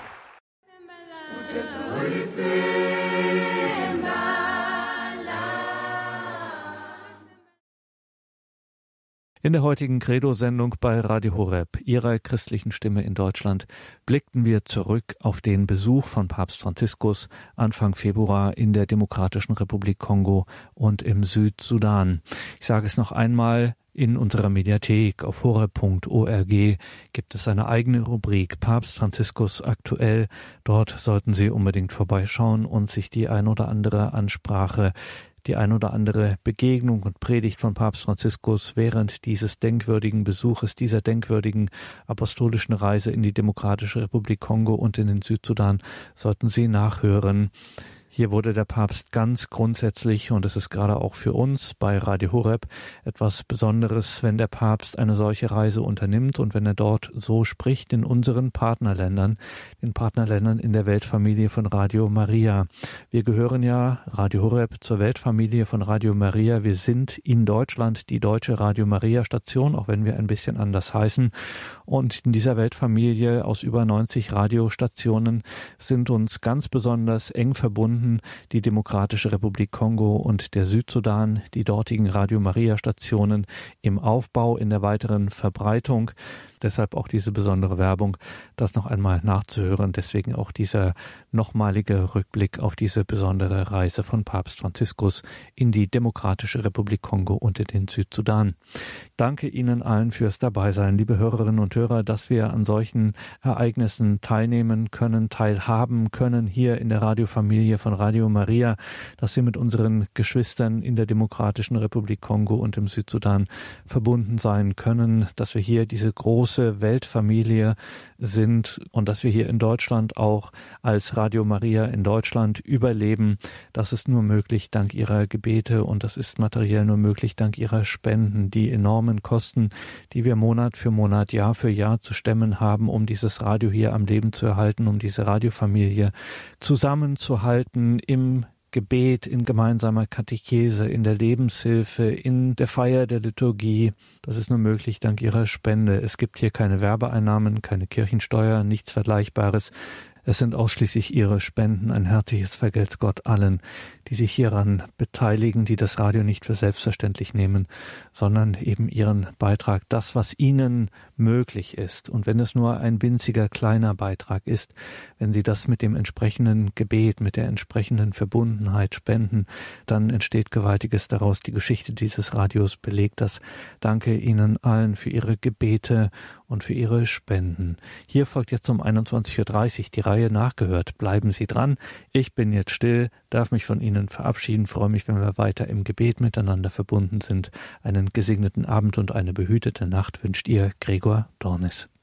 In der heutigen Credo-Sendung bei Radio Horeb, Ihrer christlichen Stimme in Deutschland, blickten wir zurück auf den Besuch von Papst Franziskus Anfang Februar in der Demokratischen Republik Kongo und im Südsudan. Ich sage es noch einmal, in unserer Mediathek auf horeb.org gibt es eine eigene Rubrik Papst Franziskus aktuell. Dort sollten Sie unbedingt vorbeischauen und sich die ein oder andere Ansprache, die ein oder andere Begegnung und Predigt von Papst Franziskus während dieses denkwürdigen Besuches, dieser denkwürdigen apostolischen Reise in die Demokratische Republik Kongo und in den Südsudan, sollten Sie nachhören. Hier wurde der Papst ganz grundsätzlich, und es ist gerade auch für uns bei Radio Horeb etwas Besonderes, wenn der Papst eine solche Reise unternimmt und wenn er dort so spricht in unseren Partnerländern, den Partnerländern in der Weltfamilie von Radio Maria. Wir gehören ja, Radio Horeb, zur Weltfamilie von Radio Maria. Wir sind in Deutschland die deutsche Radio Maria Station, auch wenn wir ein bisschen anders heißen. Und in dieser Weltfamilie aus über 90 Radiostationen sind uns ganz besonders eng verbunden die Demokratische Republik Kongo und der Südsudan, die dortigen Radio Maria Stationen im Aufbau, in der weiteren Verbreitung. Deshalb auch diese besondere Werbung, das noch einmal nachzuhören. Deswegen auch dieser nochmalige Rückblick auf diese besondere Reise von Papst Franziskus in die Demokratische Republik Kongo und in den Südsudan. Danke Ihnen allen fürs Dabeisein, liebe Hörerinnen und Hörer, dass wir an solchen Ereignissen teilnehmen können, teilhaben können, hier in der Radiofamilie von von Radio Maria, dass wir mit unseren Geschwistern in der Demokratischen Republik Kongo und im Südsudan verbunden sein können, dass wir hier diese große Weltfamilie sind und dass wir hier in Deutschland auch als Radio Maria in Deutschland überleben. Das ist nur möglich dank Ihrer Gebete und das ist materiell nur möglich dank Ihrer Spenden. Die enormen Kosten, die wir Monat für Monat, Jahr für Jahr zu stemmen haben, um dieses Radio hier am Leben zu erhalten, um diese Radiofamilie zusammenzuhalten im Gebet, in gemeinsamer Katechese, in der Lebenshilfe, in der Feier der Liturgie. Das ist nur möglich dank Ihrer Spende. Es gibt hier keine Werbeeinnahmen, keine Kirchensteuer, nichts Vergleichbares. Es sind ausschließlich Ihre Spenden. Ein herzliches Vergelt's Gott allen, die sich hieran beteiligen, die das Radio nicht für selbstverständlich nehmen, sondern eben ihren Beitrag, das, was ihnen möglich ist. Und wenn es nur ein winziger, kleiner Beitrag ist, wenn Sie das mit dem entsprechenden Gebet, mit der entsprechenden Verbundenheit spenden, dann entsteht Gewaltiges daraus. Die Geschichte dieses Radios belegt das. Danke Ihnen allen für Ihre Gebete und für Ihre Spenden. Hier folgt jetzt um 21.30 Uhr die Reihe Nachgehört. Bleiben Sie dran. Ich bin jetzt still, darf mich von Ihnen verabschieden, freue mich, wenn wir weiter im Gebet miteinander verbunden sind. Einen gesegneten Abend und eine behütete Nacht wünscht Ihr Gregor Dornis.